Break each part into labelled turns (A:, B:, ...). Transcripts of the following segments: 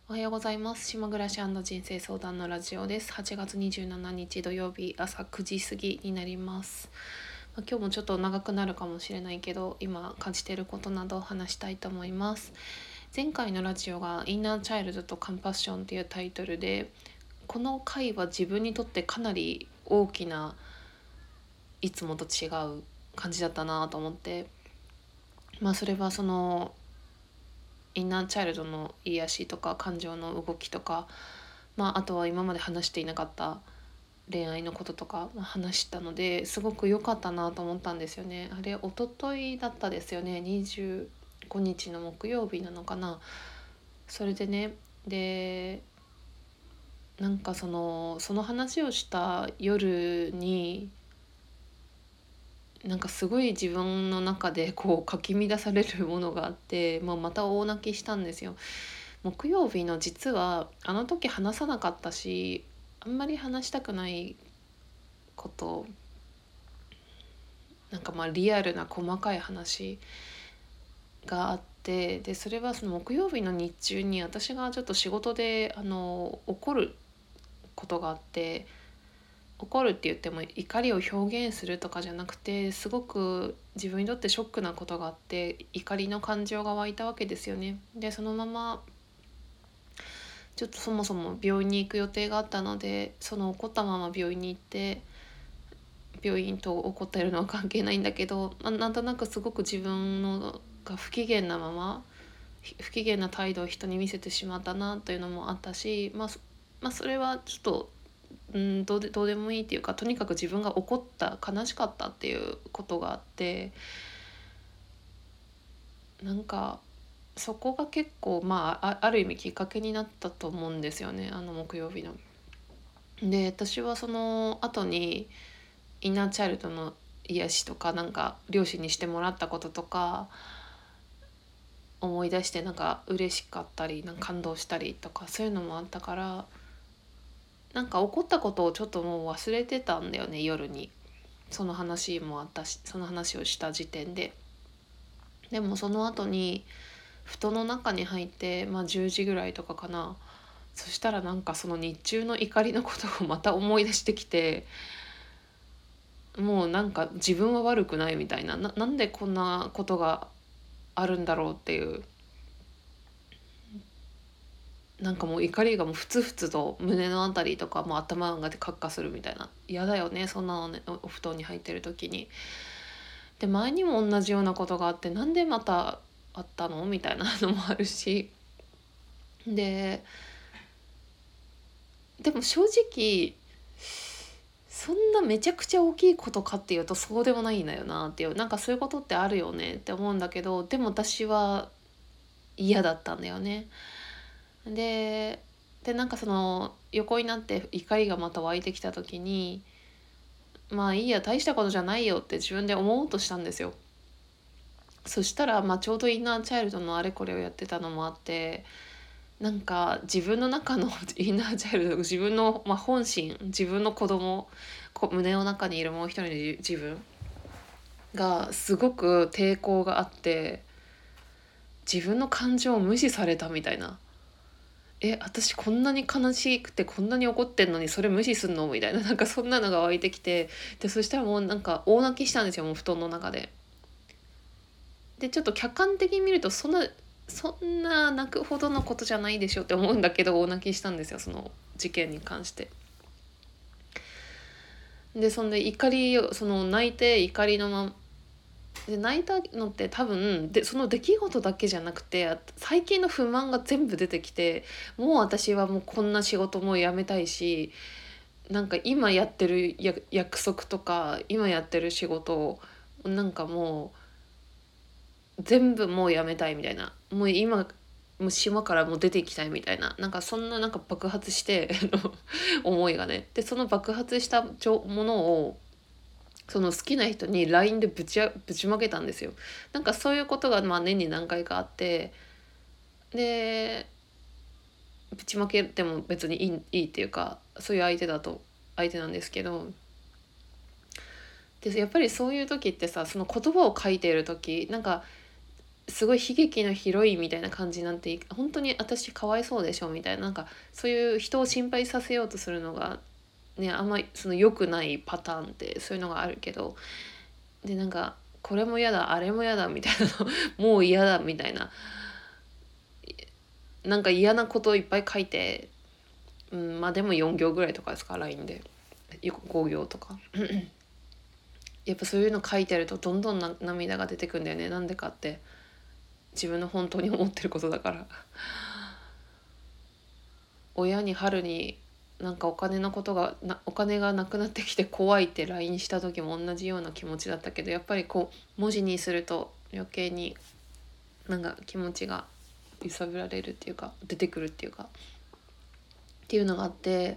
A: おはようございます。島暮らし人生相談のラジオです。8月27日土曜日朝9時過ぎになります。今日もちょっと長くなるかもしれないけど、今感じていることなどを話したいと思います。前回のラジオがインナーチャイルドとカンパッションというタイトルで、この回は自分にとってかなり大きないつもと違う感じだったなと思って、それはそのインナーチャイルドの癒しとか感情の動きとか、あとは今まで話していなかった恋愛のこととか話したのですごく良かったなと思ったんですよね。あれ一昨日だったですよね。25日の木曜日なのかな。それでね、でその話をした夜にすごい自分の中でこうかき乱されるものがあって、また大泣きしたんですよ。木曜日の実はあの時話さなかったし、あんまり話したくないこと、リアルな細かい話があって、でそれはその木曜日の日中に私がちょっと仕事で怒ることがあって、怒るって言っても怒りを表現するとかじゃなくて、すごく自分にとってショックなことがあって、怒りの感情が湧いたわけですよね。でそのままちょっとそもそも病院に行く予定があったので、その怒ったまま病院に行って、病院と怒ってるのは関係ないんだけど、なんとなくすごく自分のが不機嫌なまま不機嫌な態度を人に見せてしまったなというのもあったし、それはちょっとどうでもいいっていうか、とにかく自分が怒った悲しかったっていうことがあって、そこが結構ある意味きっかけになったと思うんですよね、あの木曜日の。で私はその後にインナーチャイルドの癒しとか、両親にしてもらったこととか思い出して、嬉しかったり感動したりとか、そういうのもあったから、起こったことをちょっともう忘れてたんだよね、夜に。その話もあったし、その話をした時点で。でもその後に布団の中に入って、10時ぐらいとかかな。そしたらその日中の怒りのことをまた思い出してきて、もう自分は悪くないみたいな、なんでこんなことがあるんだろうっていう、もう怒りがもうふつふつと胸のあたりとかもう頭がカッカするみたいな。嫌だよね、そんなのね、お布団に入ってる時に。で前にも同じようなことがあって、なんでまたあったのみたいなのもあるし、でも正直そんなめちゃくちゃ大きいことかっていうとそうでもないんだよなっていう、そういうことってあるよねって思うんだけど、でも私は嫌だったんだよね。でその横になって怒りがまた湧いてきた時に、いいや、大したことじゃないよって自分で思おうとしたんですよ。そしたらちょうどインナーチャイルドのあれこれをやってたのもあって、自分の中のインナーチャイルド、自分の、本心、自分の子供、胸の中にいるもう一人の自分がすごく抵抗があって、自分の感情を無視されたみたいな。私こんなに悲しくてこんなに怒ってんのにそれ無視すんのみたいな、そんなのが湧いてきて、でそしたらもう大泣きしたんですよ、もう布団の中で。でちょっと客観的に見るとそんな泣くほどのことじゃないでしょって思うんだけど、大泣きしたんですよ、その事件に関して。でそんで怒りを、その泣いて怒りので泣いたのって多分で、その出来事だけじゃなくて最近の不満が全部出てきて、もう私はもうこんな仕事も辞めたいし、今やってる約束とか今やってる仕事をもう全部もうやめたいみたいな、もう今もう島からもう出ていきたいみたいな、そんな爆発して思いがね。でその爆発したものをその好きな人に LINE でぶちまけたんですよ。そういうことが年に何回かあって、でぶちまけても別にいいっていうか、そういう相手なんですけど、でやっぱりそういう時ってさ、その言葉を書いている時すごい悲劇のヒロインみたいな感じなんて本当に私かわいそうでしょみたいな、なんかそういう人を心配させようとするのがね、あんまりその良くないパターンってそういうのがあるけど、でなんかこれも嫌だあれも嫌だみたいなのもう嫌だみたいな、なんか嫌なことをいっぱい書いて、まあでも4行ぐらいとかですか LINE で5行とかやっぱそういうの書いてるとどんどん涙が出てくんだよね。なんでかって自分の本当に思ってることだから親に春になんかお金がなくなってきて怖いって LINE した時も同じような気持ちだったけど、やっぱりこう文字にすると余計になんか気持ちが揺さぶられるっていうか出てくるっていうかっていうのがあって、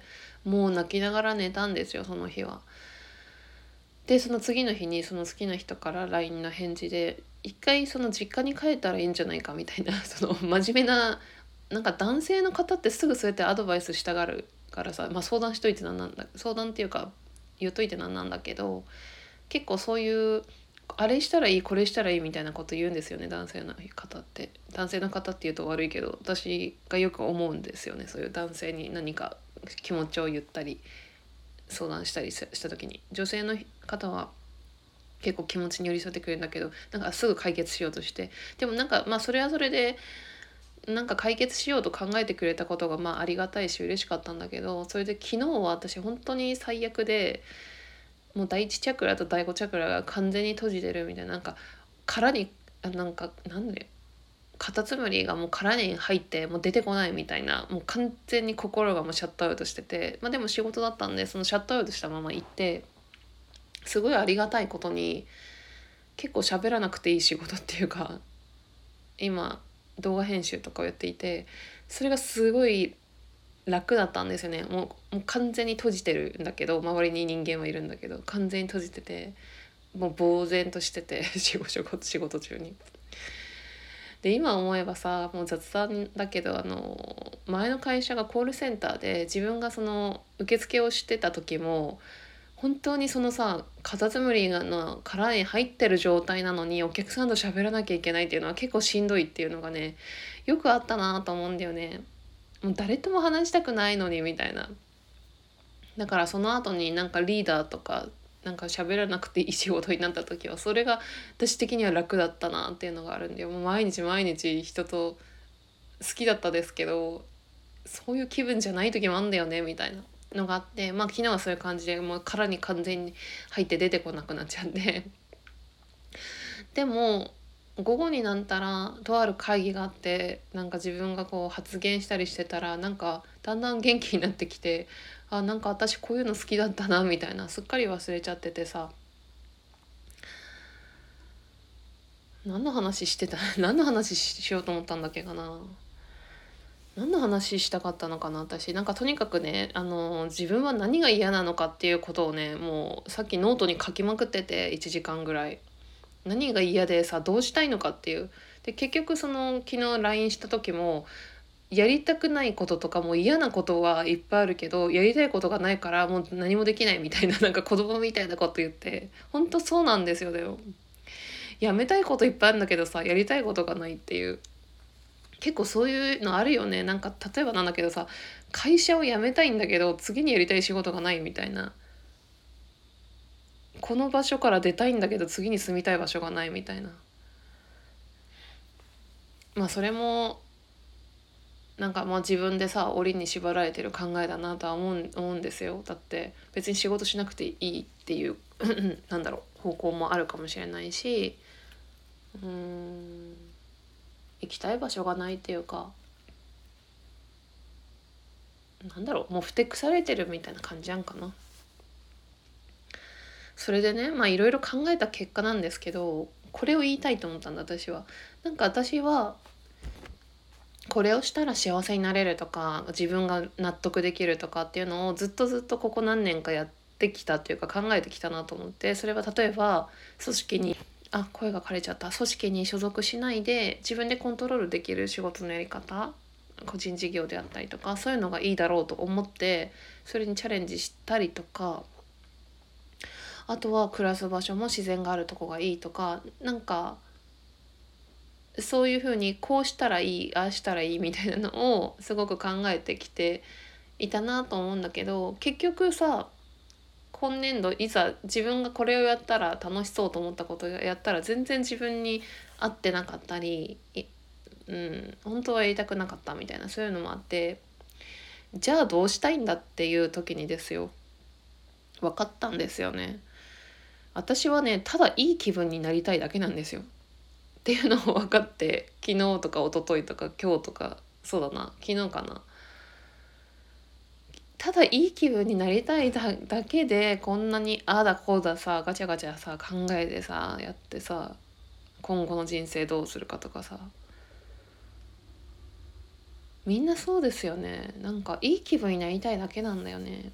A: もう泣きながら寝たんですよその日は。でその次の日にその好きな人から LINE の返事で、一回その実家に帰ったらいいんじゃないかみたいなその真面目な、なんか男性の方ってすぐそうやってアドバイスしたがるからさ、まあ、相談しといてなんだ、相談っていうか言っといてなんだけど、結構そういうあれしたらいいこれしたらいいみたいなこと言うんですよね、男性の方って。男性の方って言うと悪いけど私がよく思うんですよね、そういう男性に何か気持ちを言ったり相談したりした時に。女性の方は結構気持ちに寄り添ってくれるんだけど、なんかすぐ解決しようとして、でもなんかまあそれはそれでなんか解決しようと考えてくれたことがまあありがたいし嬉しかったんだけど、それで昨日は私本当に最悪で、もう第一チャクラと第五チャクラが完全に閉じてるみたいな、なんか殻になんかなんでカタツムリがもう殻に入ってもう出てこないみたいな、もう完全に心がもうシャットアウトしてて、まあでも仕事だったんでそのシャットアウトしたまま行って、すごいありがたいことに結構喋らなくていい仕事っていうか、今動画編集とかをやっていて、それがすごい楽だったんですよね。もう完全に閉じてるんだけど、周りに人間はいるんだけど完全に閉じてて、もう呆然としてて仕事中に。で今思えばさ、もう雑談だけど前の会社がコールセンターで、自分がその受付をしてた時も本当にそのさカタツムリの殻に入ってる状態なのにお客さんと喋らなきゃいけないっていうのは結構しんどいっていうのがね、よくあったなと思うんだよね。もう誰とも話したくないのにみたいな。だからその後になんかリーダーとかなんか喋らなくていい仕事になった時はそれが私的には楽だったなっていうのがあるんで、もう毎日毎日人と好きだったですけど、そういう気分じゃない時もあんだよねみたいなのがあって、まあ昨日はそういう感じでもう殻に完全に入って出てこなくなっちゃってでも午後になったらとある会議があって、なんか自分がこう発言したりしてたらなんかだんだん元気になってきて、あなんか私こういうの好きだったなみたいな、すっかり忘れちゃっててさ、何の話してた何の話しようと思ったんだっけかな。何の話したかったのかな私。なんかとにかくね、自分は何が嫌なのかっていうことをね、もうさっきノートに書きまくってて1時間ぐらい。何が嫌でさどうしたいのかっていう。で結局その昨日 LINE した時も、やりたくないこととかも嫌なことはいっぱいあるけどやりたいことがないからもう何もできないみたいな、なんか子供みたいなこと言って、本当そうなんですよ。でもやめたいこといっぱいあるんだけどさやりたいことがないっていう、結構そういうのあるよね。なんか例えばなんだけどさ、会社を辞めたいんだけど次にやりたい仕事がないみたいな、この場所から出たいんだけど次に住みたい場所がないみたいな。まあそれもなんかまあ自分でさ檻に縛られてる考えだなとは思うんですよ。だって別に仕事しなくていいっていうなんだろう方向もあるかもしれないし、行きたい場所がないっていうか、なんだろうもうふてくされてるみたいな感じやんかな。それでね、まあいろいろ考えた結果なんですけど、これを言いたいと思ったんだ私は。なんか私はこれをしたら幸せになれるとか自分が納得できるとかっていうのをずっとずっとここ何年かやってきたっていうか考えてきたなと思って、それは例えば組織に声が枯れちゃった。組織に所属しないで自分でコントロールできる仕事のやり方、個人事業であったりとかそういうのがいいだろうと思ってそれにチャレンジしたりとか、あとは暮らす場所も自然があるとこがいいとか、なんかそういうふうにこうしたらいいああしたらいいみたいなのをすごく考えてきていたなと思うんだけど、結局さ今年度いざ自分がこれをやったら楽しそうと思ったことをやったら全然自分に合ってなかったり、本当はやりたくなかったみたいなそういうのもあって、じゃあどうしたいんだっていう時にですよ、分かったんですよね。私はねただいい気分になりたいだけなんですよっていうのを分かって、昨日とか一昨日とか今日とか、そうだな昨日かな、ただいい気分になりたいだけでこんなにああだこうださガチャガチャさ考えてさやってさ、今後の人生どうするかとかさ、みんなそうですよね。なんかいい気分になりたいだけなんだよね。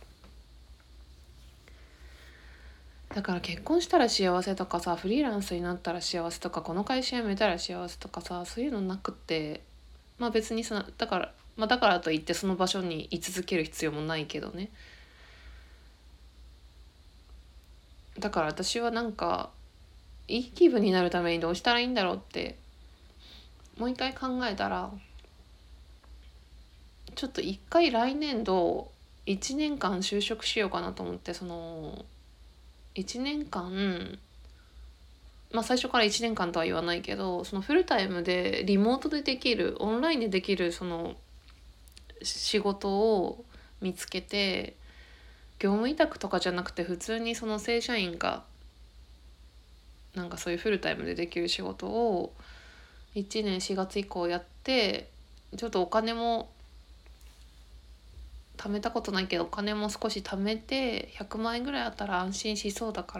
A: だから結婚したら幸せとかさ、フリーランスになったら幸せとか、この会社辞めたら幸せとかさ、そういうのなくって、まあ別にさだから、だからといってその場所に居続ける必要もないけどね。だから私はなんかいい気分になるためにどうしたらいいんだろうってもう一回考えたら、ちょっと一回来年度1年間就職しようかなと思って、その1年間、最初から1年間とは言わないけど、そのフルタイムでリモートでできるオンラインでできるその仕事を見つけて、業務委託とかじゃなくて普通にその正社員がなんかそういうフルタイムでできる仕事を1年4月以降やって、ちょっとお金も貯めたことないけどお金も少し貯めて100万円ぐらいあったら安心しそうだから、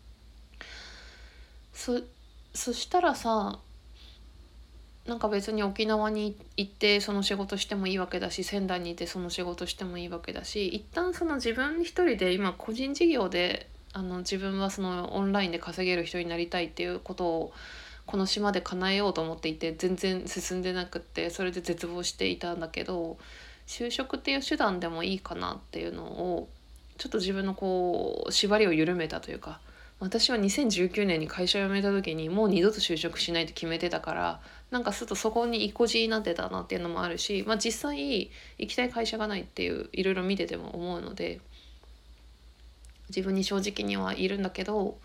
A: そしたらさ、なんか別に沖縄に行ってその仕事してもいいわけだし、仙台にいてその仕事してもいいわけだし、一旦その自分一人で今個人事業で自分はそのオンラインで稼げる人になりたいっていうことをこの島で叶えようと思っていて全然進んでなくって、それで絶望していたんだけど、就職っていう手段でもいいかなっていうのをちょっと自分のこう縛りを緩めたというか、私は2019年に会社を辞めた時にもう二度と就職しないって決めてたから、なんかするとそこに意固地になってたなっていうのもあるし、実際行きたい会社がないっていういろいろ見てても思うので、自分に正直にはいるんだけど、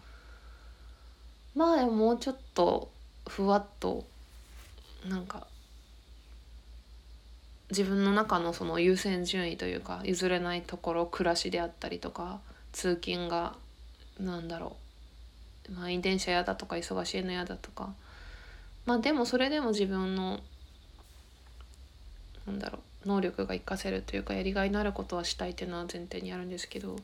A: もうちょっとふわっとなんか自分の中のその優先順位というか譲れないところ、暮らしであったりとか通勤がなんだろう、満員電車嫌だとか忙しいの嫌だとか、でもそれでも自分の能力が活かせるというかやりがいのあることはしたいっていうのは前提にあるんですけど、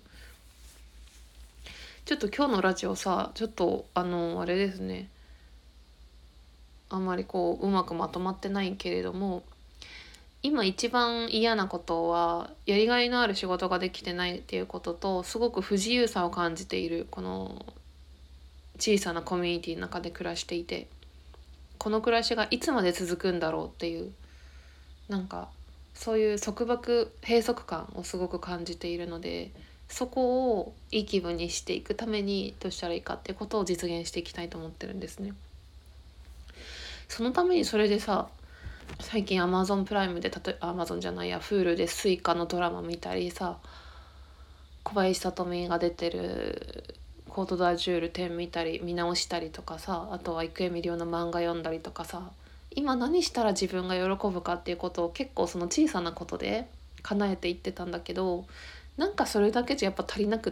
A: ちょっと今日のラジオさちょっとあれですね、あんまりこううまくまとまってないけれども、今一番嫌なことはやりがいのある仕事ができてないっていうことと、すごく不自由さを感じているこの小さなコミュニティの中で暮らしていて、この暮らしがいつまで続くんだろうっていう、なんかそういう束縛閉塞感をすごく感じているので、そこをいい気分にしていくためにどうしたらいいかっていうことを実現していきたいと思ってるんですね。そのためにそれでさ、最近 Amazon プライムでAmazon じゃないや Hulu でスイカのドラマ見たりさ、小林聡美が出てるコートダジュール10見たり見直したりとかさ、あとは郁恵美涼の漫画読んだりとかさ、今何したら自分が喜ぶかっていうことを結構その小さなことで叶えていってたんだけど、なんかそれだけじゃやっぱ足りなくって、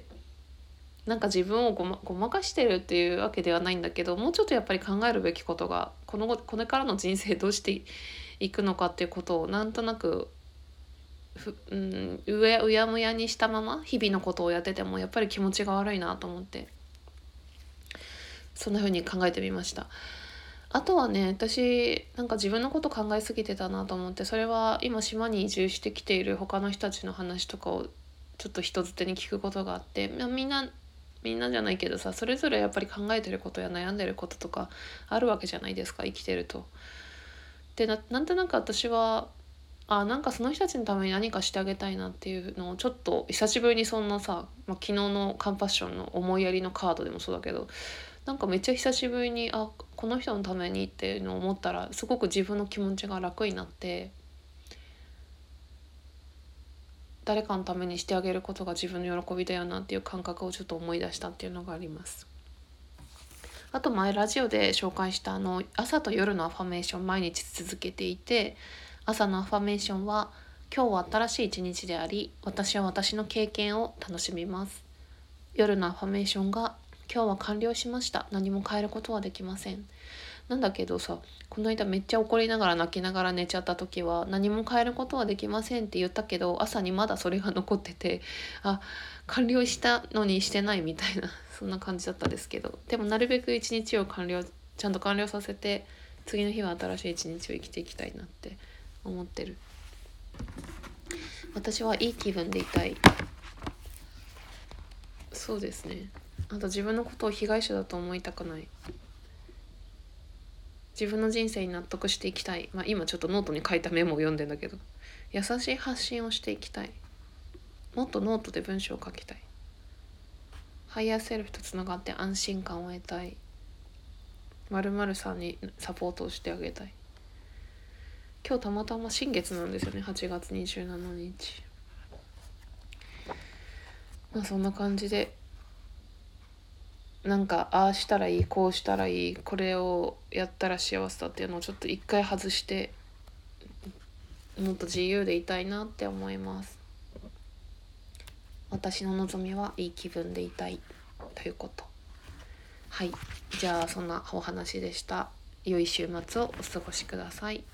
A: なんか自分をごまかしてるっていうわけではないんだけど、もうちょっとやっぱり考えるべきことが、これからの人生どうしていくのかっていうことをなんとなくうやむやにしたまま日々のことをやっててもやっぱり気持ちが悪いなと思って、そんな風に考えてみました。あとはね、私なんか自分のこと考えすぎてたなと思って、それは今島に移住してきている他の人たちの話とかをちょっと人づてに聞くことがあって、みんなじゃないけどさ、それぞれやっぱり考えてることや悩んでることとかあるわけじゃないですか、生きてると。でなんとなく私はなんかその人たちのために何かしてあげたいなっていうのをちょっと久しぶりにそんなさ、昨日のカンパッションの思いやりのカードでもそうだけど、 なんかめっちゃ久しぶりにこの人のためにっていうのを思ったらすごく自分の気持ちが楽になって、誰かのためにしてあげることが自分の喜びだよなっていう感覚をちょっと思い出したっていうのがあります。あと前ラジオで紹介した朝と夜のアファメーション毎日続けていて、朝のアファメーションは今日は新しい一日であり、私は私の経験を楽しみます。夜のアファメーションが今日は完了しました。何も変えることはできません。なんだけどさ、この間めっちゃ怒りながら泣きながら寝ちゃった時は何も変えることはできませんって言ったけど、朝にまだそれが残ってて、完了したのにしてないみたいなそんな感じだったんですけど、でもなるべく一日をちゃんと完了させて、次の日は新しい一日を生きていきたいなって思ってる。私はいい気分でいたい。そうですね。あと自分のことを被害者だと思いたくない。自分の人生に納得していきたい。今ちょっとノートに書いたメモを読んでんだけど、優しい発信をしていきたい。もっとノートで文章を書きたい。ハイヤーセルフとつながって安心感を得たい。〇〇さんにサポートをしてあげたい。今日たまたま新月なんですよね、8月27日。そんな感じで、なんかああしたらいい、こうしたらいい、これをやったら幸せだっていうのをちょっと一回外して、もっと自由でいたいなって思います。私の望みはいい気分でいたいということ。はい、じゃあそんなお話でした。良い週末をお過ごしください。